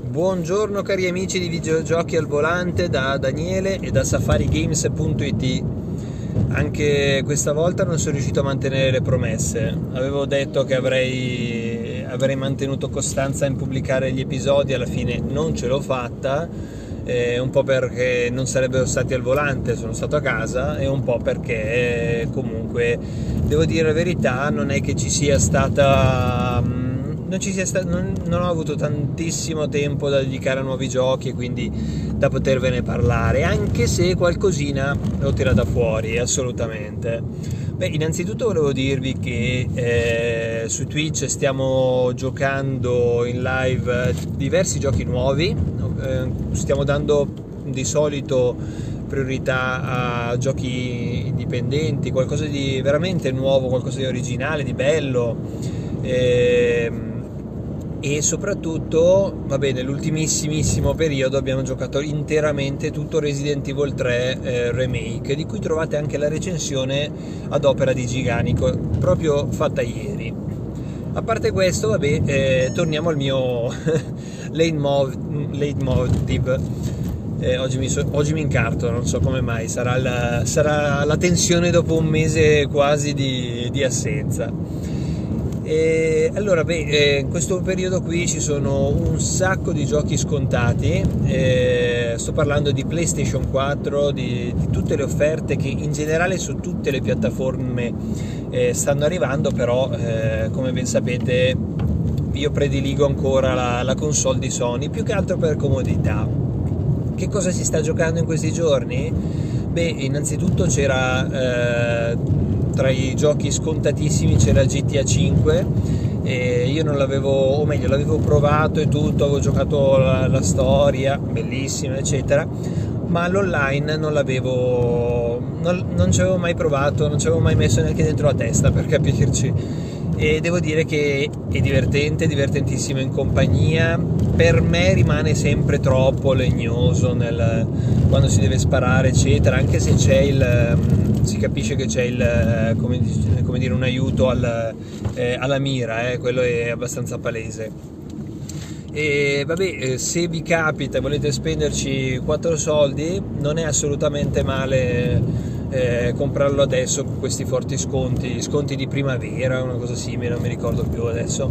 Buongiorno cari amici di videogiochi al volante da Daniele e da safarigames.it. Anche questa volta non sono riuscito a mantenere le promesse. Avevo detto che avrei mantenuto costanza in pubblicare gli episodi, alla fine non ce l'ho fatta, un po' perché non sarebbero stati al volante, sono stato a casa, e un po' perché comunque devo dire la verità, non è che ci sia stata... non ho avuto tantissimo tempo da dedicare a nuovi giochi e quindi da potervene parlare, anche se qualcosina l'ho tirata fuori, assolutamente. Beh, innanzitutto volevo dirvi che su Twitch stiamo giocando in live diversi giochi nuovi, stiamo dando di solito priorità a giochi indipendenti, qualcosa di veramente nuovo, qualcosa di originale, di bello. E soprattutto, nell'ultimissimissimo periodo abbiamo giocato interamente tutto Resident Evil 3 Remake, di cui trovate anche la recensione ad opera di Giganico, proprio fatta ieri. A parte questo, torniamo al mio leitmotiv. Oggi mi incarto, non so come mai, sarà la tensione dopo un mese quasi di assenza. Allora, in questo periodo qui ci sono un sacco di giochi scontati, sto parlando di PlayStation 4, di tutte le offerte che in generale su tutte le piattaforme stanno arrivando, però come ben sapete io prediligo ancora la console di Sony, più che altro per comodità. Che cosa si sta giocando in questi giorni? Innanzitutto c'era... tra i giochi scontatissimi c'era GTA 5, io non l'avevo, o meglio l'avevo provato e tutto, avevo giocato la storia, bellissima eccetera, ma l'online non ci avevo mai provato, non ci avevo mai messo neanche dentro la testa, per capirci. E devo dire che è divertente, divertentissimo in compagnia. Per me rimane sempre troppo legnoso quando si deve sparare eccetera, anche se si capisce che c'è come dire, un aiuto alla mira, quello è abbastanza palese. E se vi capita e volete spenderci 4 soldi, non è assolutamente male comprarlo adesso con questi forti sconti di primavera, una cosa simile, non mi ricordo più adesso.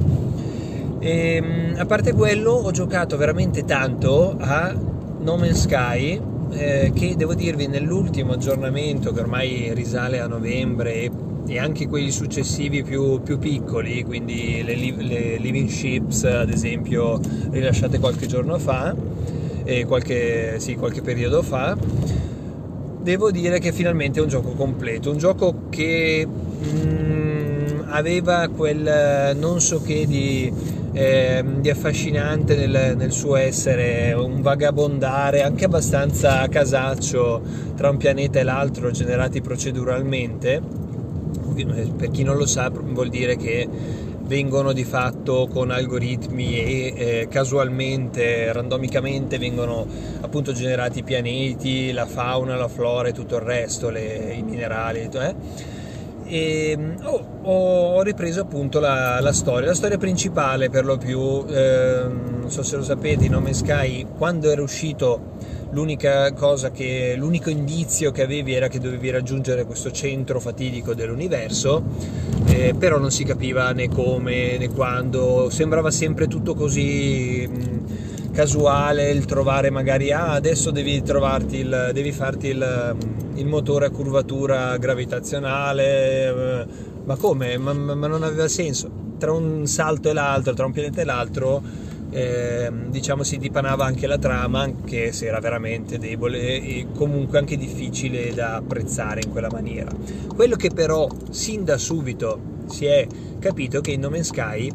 A parte quello, ho giocato veramente tanto a No Man's Sky, che devo dirvi nell'ultimo aggiornamento, che ormai risale a novembre, e anche quelli successivi più piccoli, quindi le Living Ships ad esempio rilasciate qualche giorno fa, qualche periodo fa, devo dire che finalmente è un gioco completo, un gioco che aveva quel non so che di affascinante nel suo essere, un vagabondare anche abbastanza casaccio tra un pianeta e l'altro, generati proceduralmente. Per chi non lo sa, vuol dire che vengono di fatto con algoritmi e casualmente, randomicamente vengono appunto generati i pianeti, la fauna, la flora e tutto il resto, i minerali, e ho ripreso appunto la storia principale per lo più. Non so se lo sapete, in No Man's Sky, quando era uscito, l'unico indizio che avevi era che dovevi raggiungere questo centro fatidico dell'universo, però non si capiva né come né quando, sembrava sempre tutto così casuale, il trovare magari adesso devi farti il motore a curvatura gravitazionale, ma come? Ma non aveva senso. Tra un salto e l'altro, tra un pianeta e l'altro, si dipanava anche la trama, anche se era veramente debole e comunque anche difficile da apprezzare in quella maniera. Quello che però sin da subito si è capito che in No Man's Sky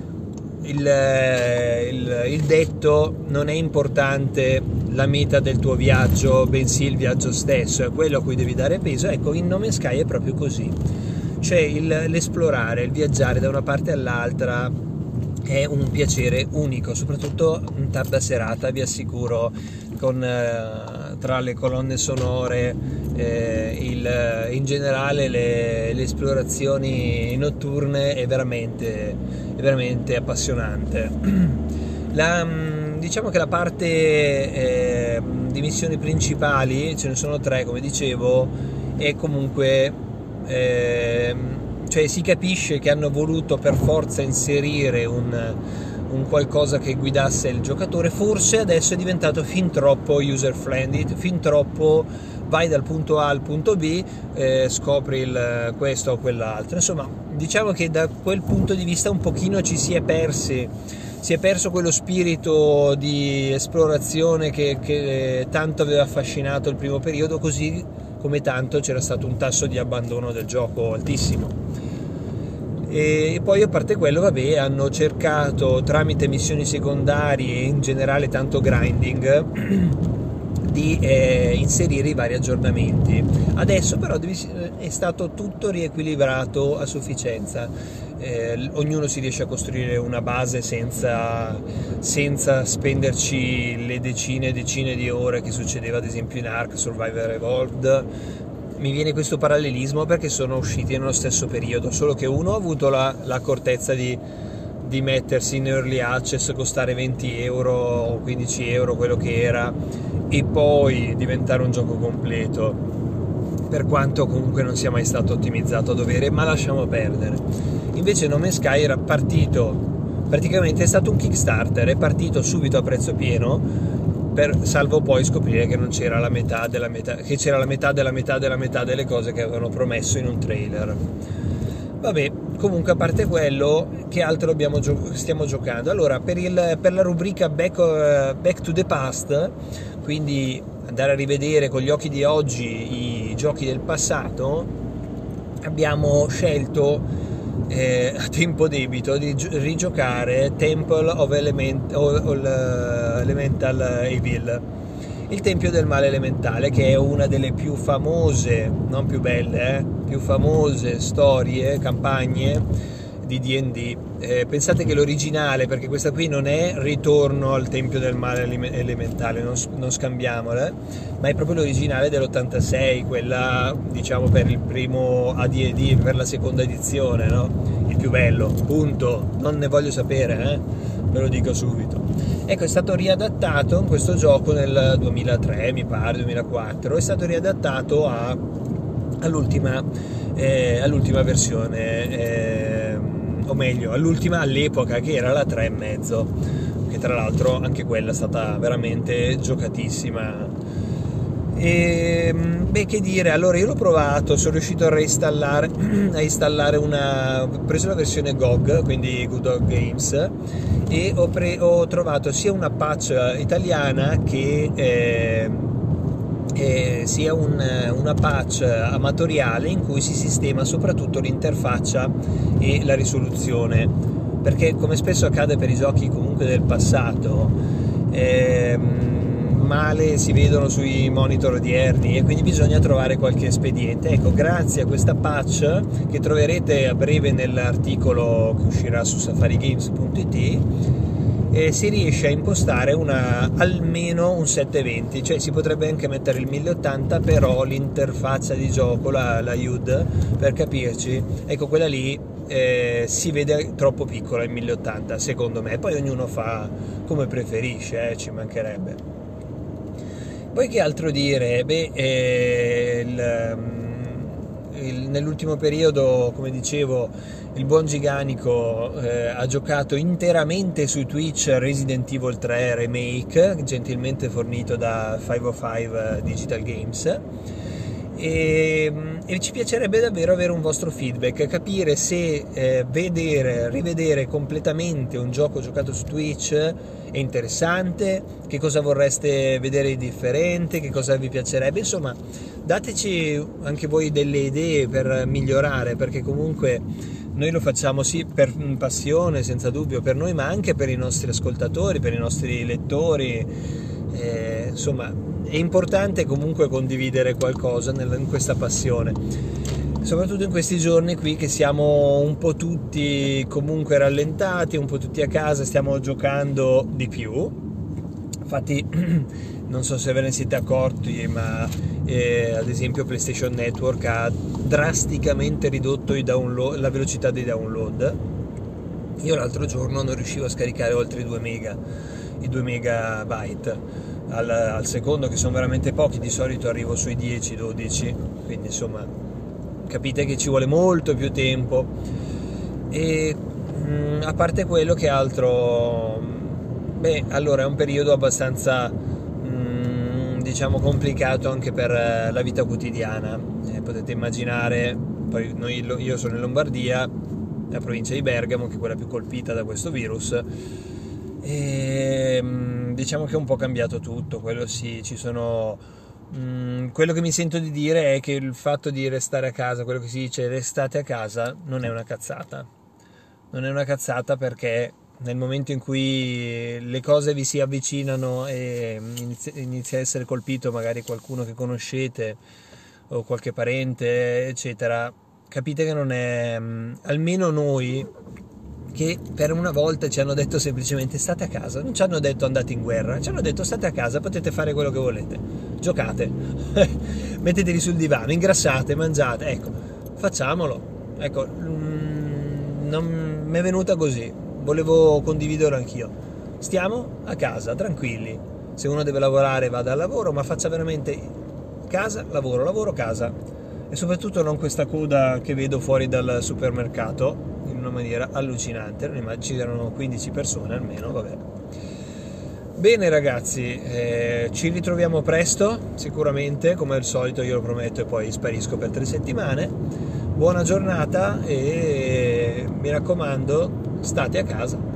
il detto non è importante la meta del tuo viaggio, bensì il viaggio stesso, è quello a cui devi dare peso. Ecco, in No Man's Sky è proprio così, cioè l'esplorare, il viaggiare da una parte all'altra è un piacere unico, soprattutto in tarda serata, vi assicuro, tra le colonne sonore, in generale le esplorazioni notturne è veramente appassionante. diciamo che la parte di missioni principali, ce ne sono 3 come dicevo, è comunque cioè si capisce che hanno voluto per forza inserire un qualcosa che guidasse il giocatore. Forse adesso è diventato fin troppo user friendly, fin troppo vai dal punto A al punto B, scopri questo o quell'altro. Insomma, diciamo che da quel punto di vista un pochino ci si è perso quello spirito di esplorazione che tanto aveva affascinato il primo periodo, così come tanto c'era stato un tasso di abbandono del gioco altissimo. E poi, a parte quello, vabbè, hanno cercato tramite missioni secondarie e in generale tanto grinding di inserire i vari aggiornamenti. Adesso però è stato tutto riequilibrato a sufficienza, ognuno si riesce a costruire una base senza spenderci le decine e decine di ore che succedeva ad esempio in Ark Survivor Evolved. Mi viene questo parallelismo perché sono usciti nello stesso periodo, solo che uno ha avuto l'accortezza di mettersi in early access, costare 20 euro o 15 euro, quello che era, e poi diventare un gioco completo, per quanto comunque non sia mai stato ottimizzato a dovere, ma lasciamo perdere. Invece No Man's Sky era partito, praticamente è stato un Kickstarter, è partito subito a prezzo pieno, salvo poi scoprire che non c'era la metà della metà, che c'era la metà della metà della metà delle cose che avevano promesso in un trailer. Vabbè, comunque, a parte quello, che altro stiamo giocando? Allora, per la rubrica Back to the Past, quindi andare a rivedere con gli occhi di oggi i giochi del passato, abbiamo scelto a tempo debito di rigiocare Temple of Elemental Evil, il Tempio del Male Elementale, che è una delle più famose, non più belle, più famose storie, campagne di D&D. Pensate che l'originale, perché questa qui non è Ritorno al Tempio del Male Elementale, non scambiamola, ma è proprio l'originale dell'86, quella diciamo per il primo AD&D, per la seconda edizione, no? Il più bello, punto, non ne voglio sapere, ve lo dico subito. Ecco, è stato riadattato in questo gioco nel 2003, mi pare, 2004, è stato riadattato all'ultima versione, o meglio, all'epoca, che era la 3,5, che tra l'altro anche quella è stata veramente giocatissima. E che dire, allora io l'ho provato, sono riuscito a installare ho preso la versione GOG, quindi Good Dog Games, e ho trovato sia una patch italiana che sia una patch amatoriale in cui si sistema soprattutto l'interfaccia e la risoluzione, perché come spesso accade per i giochi comunque del passato, male si vedono sui monitor odierni e quindi bisogna trovare qualche espediente. Ecco, grazie a questa patch, che troverete a breve nell'articolo che uscirà su safarigames.it, si riesce a impostare almeno un 720, cioè si potrebbe anche mettere il 1080, però l'interfaccia di gioco, la HUD, per capirci, ecco, quella lì si vede troppo piccola in 1080 secondo me, poi ognuno fa come preferisce, ci mancherebbe. Poi che altro dire? Nell'ultimo periodo, come dicevo, il buon Giganico ha giocato interamente su Twitch Resident Evil 3 Remake, gentilmente fornito da 505 Digital Games, e ci piacerebbe davvero avere un vostro feedback, capire se rivedere completamente un gioco giocato su Twitch è interessante, che cosa vorreste vedere di differente, che cosa vi piacerebbe, insomma dateci anche voi delle idee per migliorare, perché comunque noi lo facciamo sì per passione, senza dubbio, per noi, ma anche per i nostri ascoltatori, per i nostri lettori, insomma è importante comunque condividere qualcosa in questa passione, soprattutto in questi giorni qui che siamo un po' tutti comunque rallentati, un po' tutti a casa, stiamo giocando di più. Infatti non so se ve ne siete accorti, ma ad esempio PlayStation Network ha drasticamente ridotto la velocità dei download. Io l'altro giorno non riuscivo a scaricare oltre i 2 mega i 2 megabyte. Al secondo, che sono veramente pochi, di solito arrivo sui 10-12, quindi insomma capite che ci vuole molto più tempo. E a parte quello, che altro? Beh, allora è un periodo abbastanza diciamo complicato anche per la vita quotidiana. Potete immaginare, poi io sono in Lombardia, la provincia di Bergamo, che è quella più colpita da questo virus, e diciamo che è un po' cambiato tutto, quello sì. Ci sono quello che mi sento di dire è che il fatto di restare a casa, quello che si dice restate a casa, non è una cazzata. Non è una cazzata, perché nel momento in cui le cose vi si avvicinano e inizia a essere colpito magari qualcuno che conoscete o qualche parente eccetera, capite che non è, almeno noi, che per una volta ci hanno detto semplicemente state a casa, non ci hanno detto andate in guerra, ci hanno detto state a casa, potete fare quello che volete, giocate, mettetevi sul divano, ingrassate, mangiate, ecco, facciamolo, ecco. Non mi è venuta così, volevo condividerlo anch'io. Stiamo a casa, tranquilli. Se uno deve lavorare vada al lavoro, ma faccia veramente casa, lavoro, lavoro, casa. E soprattutto non questa coda che vedo fuori dal supermercato, in una maniera allucinante. Ci erano 15 persone almeno, vabbè. Bene ragazzi, ci ritroviamo presto, sicuramente, come al solito io lo prometto, e poi sparisco per 3 settimane. Buona giornata e mi raccomando, state a casa.